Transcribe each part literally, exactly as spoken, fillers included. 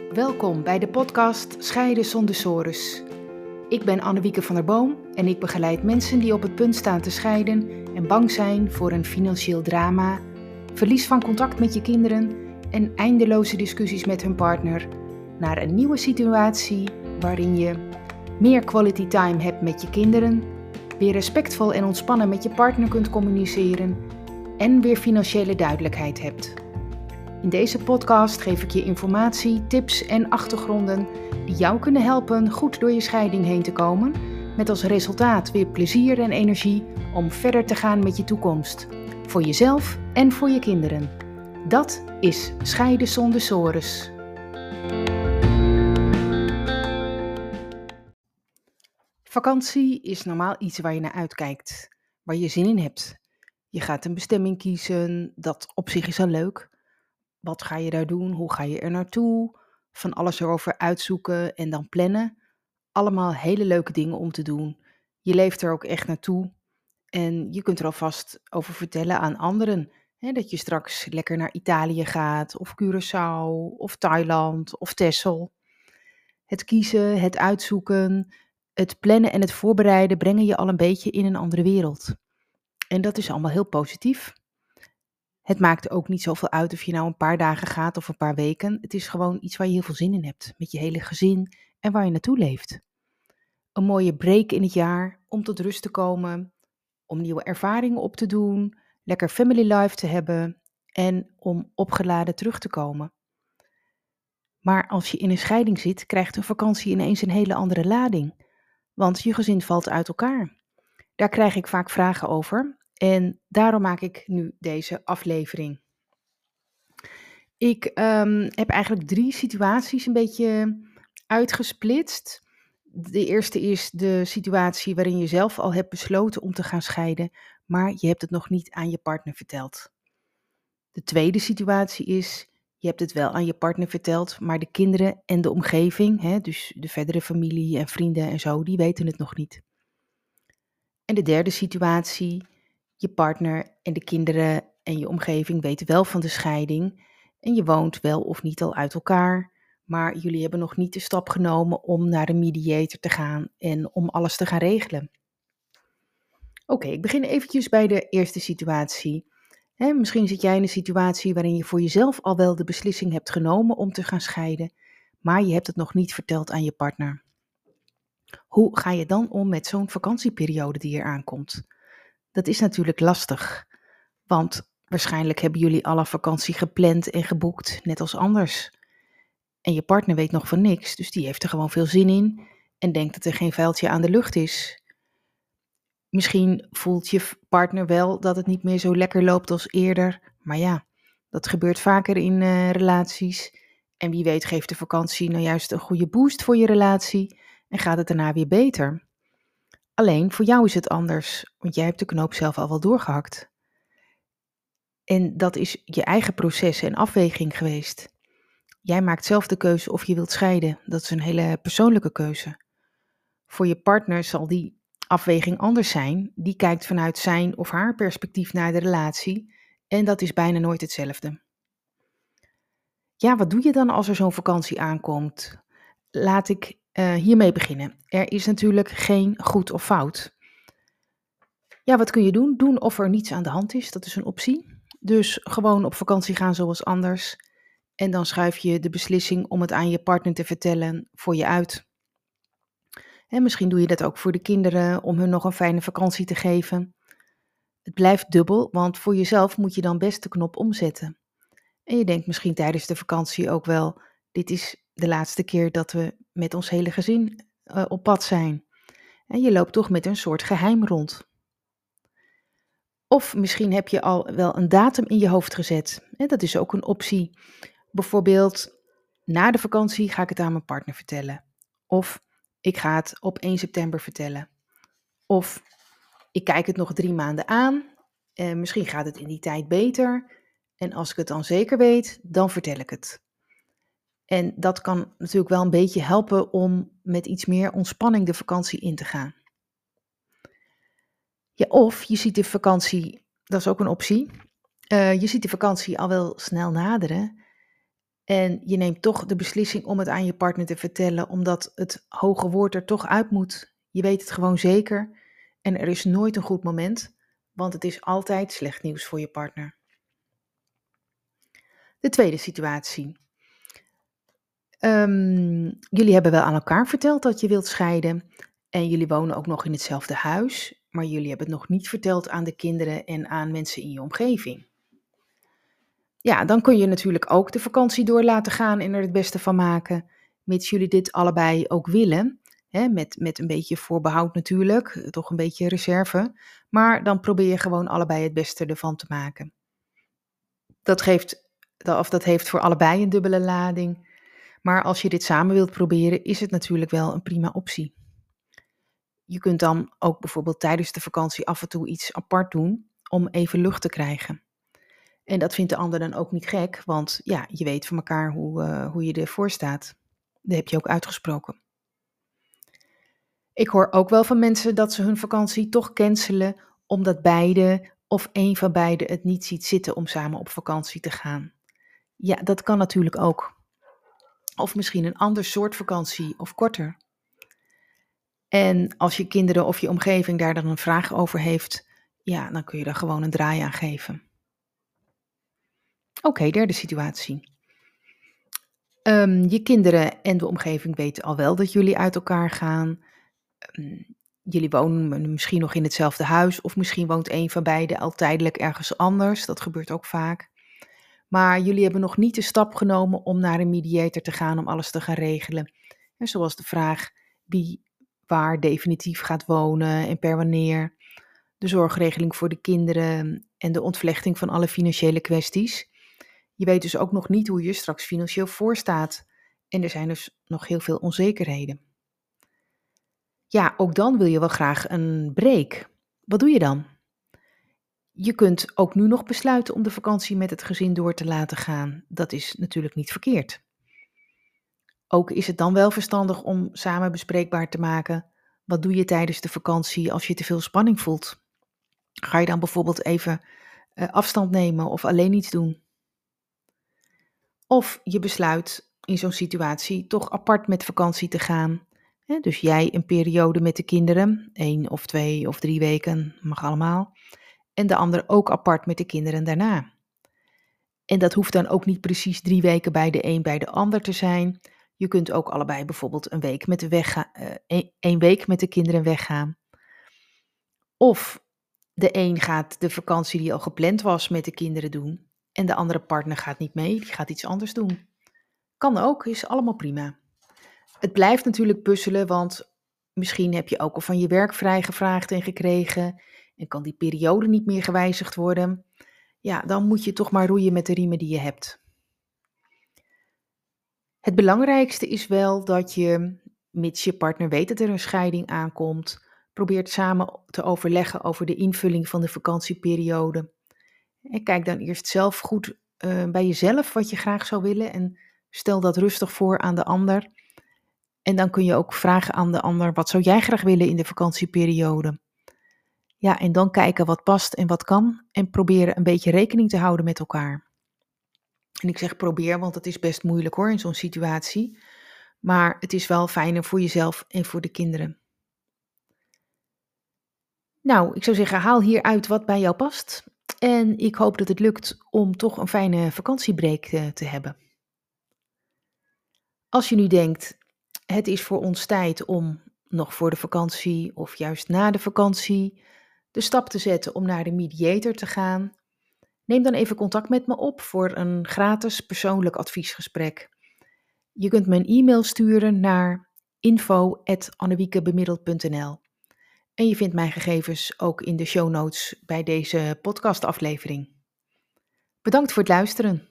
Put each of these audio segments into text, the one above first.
Welkom bij de podcast Scheiden zonder sores. Ik ben Annewieke van der Boom en ik begeleid mensen die op het punt staan te scheiden en bang zijn voor een financieel drama, verlies van contact met je kinderen en eindeloze discussies met hun partner naar een nieuwe situatie waarin je meer quality time hebt met je kinderen, weer respectvol en ontspannen met je partner kunt communiceren en weer financiële duidelijkheid hebt. In deze podcast geef ik je informatie, tips en achtergronden die jou kunnen helpen goed door je scheiding heen te komen, met als resultaat weer plezier en energie om verder te gaan met je toekomst, voor jezelf en voor je kinderen. Dat is Scheiden zonder sores. Vakantie is normaal iets waar je naar uitkijkt, waar je zin in hebt. Je gaat een bestemming kiezen, dat op zich is al leuk. Wat ga je daar doen? Hoe ga je er naartoe? Van alles erover uitzoeken en dan plannen. Allemaal hele leuke dingen om te doen. Je leeft er ook echt naartoe. En je kunt er alvast over vertellen aan anderen. Hè, dat je straks lekker naar Italië gaat, of Curaçao, of Thailand, of Texel. Het kiezen, het uitzoeken, het plannen en het voorbereiden brengen je al een beetje in een andere wereld. En dat is allemaal heel positief. Het maakt ook niet zoveel uit of je nou een paar dagen gaat of een paar weken. Het is gewoon iets waar je heel veel zin in hebt, met je hele gezin en waar je naartoe leeft. Een mooie break in het jaar om tot rust te komen, om nieuwe ervaringen op te doen, lekker family life te hebben en om opgeladen terug te komen. Maar als je in een scheiding zit, krijgt een vakantie ineens een hele andere lading, want je gezin valt uit elkaar. Daar krijg ik vaak vragen over en daarom maak ik nu deze aflevering. Ik um, heb eigenlijk drie situaties een beetje uitgesplitst. De eerste is de situatie waarin je zelf al hebt besloten om te gaan scheiden, maar je hebt het nog niet aan je partner verteld. De tweede situatie is, je hebt het wel aan je partner verteld, maar de kinderen en de omgeving, hè, dus de verdere familie en vrienden en zo, die weten het nog niet. En de derde situatie, je partner en de kinderen en je omgeving weten wel van de scheiding en je woont wel of niet al uit elkaar, maar jullie hebben nog niet de stap genomen om naar een mediator te gaan en om alles te gaan regelen. Oké, okay, ik begin eventjes bij de eerste situatie. Hè, misschien zit jij in een situatie waarin je voor jezelf al wel de beslissing hebt genomen om te gaan scheiden, maar je hebt het nog niet verteld aan je partner. Hoe ga je dan om met zo'n vakantieperiode die er aankomt? Dat is natuurlijk lastig, want waarschijnlijk hebben jullie alle vakantie gepland en geboekt, net als anders. En je partner weet nog van niks, dus die heeft er gewoon veel zin in en denkt dat er geen vuiltje aan de lucht is. Misschien voelt je partner wel dat het niet meer zo lekker loopt als eerder, maar ja, dat gebeurt vaker in uh, relaties. En wie weet geeft de vakantie nou juist een goede boost voor je relatie en gaat het daarna weer beter. Alleen voor jou is het anders, want jij hebt de knoop zelf al wel doorgehakt. En dat is je eigen proces en afweging geweest. Jij maakt zelf de keuze of je wilt scheiden. Dat is een hele persoonlijke keuze. Voor je partner zal die afweging anders zijn. Die kijkt vanuit zijn of haar perspectief naar de relatie. En dat is bijna nooit hetzelfde. Ja, wat doe je dan als er zo'n vakantie aankomt? Laat ik uh, hiermee beginnen. Er is natuurlijk geen goed of fout. Ja, wat kun je doen? Doen of er niets aan de hand is, dat is een optie. Dus gewoon op vakantie gaan zoals anders. En dan schuif je de beslissing om het aan je partner te vertellen voor je uit. En misschien doe je dat ook voor de kinderen om hun nog een fijne vakantie te geven. Het blijft dubbel, want voor jezelf moet je dan best de knop omzetten. En je denkt misschien tijdens de vakantie ook wel, dit is de laatste keer dat we met ons hele gezin uh, op pad zijn. En je loopt toch met een soort geheim rond. Of misschien heb je al wel een datum in je hoofd gezet. En dat is ook een optie. Bijvoorbeeld, na de vakantie ga ik het aan mijn partner vertellen. Of ik ga het op één september vertellen. Of ik kijk het nog drie maanden aan. En misschien gaat het in die tijd beter. En als ik het dan zeker weet, dan vertel ik het. En dat kan natuurlijk wel een beetje helpen om met iets meer ontspanning de vakantie in te gaan. Ja, of je ziet de vakantie, dat is ook een optie. Uh, je ziet de vakantie al wel snel naderen. En je neemt toch de beslissing om het aan je partner te vertellen, omdat het hoge woord er toch uit moet. Je weet het gewoon zeker en er is nooit een goed moment, want het is altijd slecht nieuws voor je partner. De tweede situatie. Um, jullie hebben wel aan elkaar verteld dat je wilt scheiden en jullie wonen ook nog in hetzelfde huis, maar jullie hebben het nog niet verteld aan de kinderen en aan mensen in je omgeving. Ja, dan kun je natuurlijk ook de vakantie door laten gaan en er het beste van maken, mits jullie dit allebei ook willen. Hè, met, met een beetje voorbehoud natuurlijk, toch een beetje reserve. Maar dan probeer je gewoon allebei het beste ervan te maken. Dat, geeft, of dat heeft voor allebei een dubbele lading. Maar als je dit samen wilt proberen, is het natuurlijk wel een prima optie. Je kunt dan ook bijvoorbeeld tijdens de vakantie af en toe iets apart doen om even lucht te krijgen. En dat vindt de ander dan ook niet gek, want ja, je weet van elkaar hoe, uh, hoe je ervoor staat. Dat heb je ook uitgesproken. Ik hoor ook wel van mensen dat ze hun vakantie toch cancelen, omdat beide of een van beiden het niet ziet zitten om samen op vakantie te gaan. Ja, dat kan natuurlijk ook. Of misschien een ander soort vakantie of korter. En als je kinderen of je omgeving daar dan een vraag over heeft, ja, dan kun je daar gewoon een draai aan geven. Oké, okay, derde situatie. Um, je kinderen en de omgeving weten al wel dat jullie uit elkaar gaan. Um, jullie wonen misschien nog in hetzelfde huis of misschien woont een van beiden al tijdelijk ergens anders. Dat gebeurt ook vaak. Maar jullie hebben nog niet de stap genomen om naar een mediator te gaan om alles te gaan regelen. En zoals de vraag wie waar definitief gaat wonen en per wanneer. De zorgregeling voor de kinderen en de ontvlechting van alle financiële kwesties. Je weet dus ook nog niet hoe je straks financieel voorstaat. En er zijn dus nog heel veel onzekerheden. Ja, ook dan wil je wel graag een break. Wat doe je dan? Je kunt ook nu nog besluiten om de vakantie met het gezin door te laten gaan. Dat is natuurlijk niet verkeerd. Ook is het dan wel verstandig om samen bespreekbaar te maken. Wat doe je tijdens de vakantie als je te veel spanning voelt? Ga je dan bijvoorbeeld even uh, afstand nemen of alleen iets doen? Of je besluit in zo'n situatie toch apart met vakantie te gaan. He, dus jij een periode met de kinderen, één of twee of drie weken, mag allemaal. En de ander ook apart met de kinderen daarna. En dat hoeft dan ook niet precies drie weken bij de een bij de ander te zijn. Je kunt ook allebei bijvoorbeeld een week met de, wegga- uh, een, een week met de kinderen weggaan. Of de een gaat de vakantie die al gepland was met de kinderen doen. En de andere partner gaat niet mee, die gaat iets anders doen. Kan ook, is allemaal prima. Het blijft natuurlijk puzzelen, want misschien heb je ook al van je werk vrijgevraagd en gekregen en kan die periode niet meer gewijzigd worden. Ja, dan moet je toch maar roeien met de riemen die je hebt. Het belangrijkste is wel dat je, mits je partner weet dat er een scheiding aankomt, probeert samen te overleggen over de invulling van de vakantieperiode. En kijk dan eerst zelf goed uh, bij jezelf wat je graag zou willen en stel dat rustig voor aan de ander. En dan kun je ook vragen aan de ander, wat zou jij graag willen in de vakantieperiode? Ja, en dan kijken wat past en wat kan en proberen een beetje rekening te houden met elkaar. En ik zeg probeer, want het is best moeilijk hoor in zo'n situatie. Maar het is wel fijner voor jezelf en voor de kinderen. Nou, ik zou zeggen, haal hieruit wat bij jou past. En ik hoop dat het lukt om toch een fijne vakantiebreak te, te hebben. Als je nu denkt, het is voor ons tijd om nog voor de vakantie of juist na de vakantie de stap te zetten om naar de mediator te gaan, neem dan even contact met me op voor een gratis persoonlijk adviesgesprek. Je kunt me een e-mail sturen naar info at annewiekebemiddeld punt n l. En je vindt mijn gegevens ook in de show notes bij deze podcastaflevering. Bedankt voor het luisteren.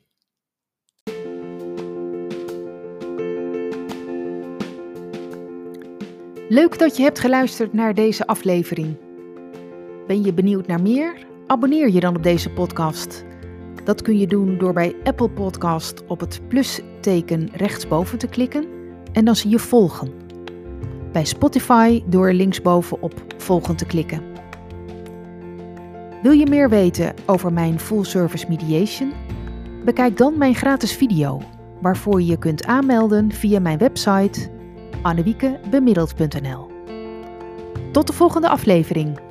Leuk dat je hebt geluisterd naar deze aflevering. Ben je benieuwd naar meer? Abonneer je dan op deze podcast. Dat kun je doen door bij Apple Podcast op het plusteken rechtsboven te klikken en dan zie je volgen. Bij Spotify door linksboven op volgen te klikken. Wil je meer weten over mijn full service mediation? Bekijk dan mijn gratis video. waarvoor je je kunt aanmelden via mijn website annewiekebemiddeld punt n l. Tot de volgende aflevering.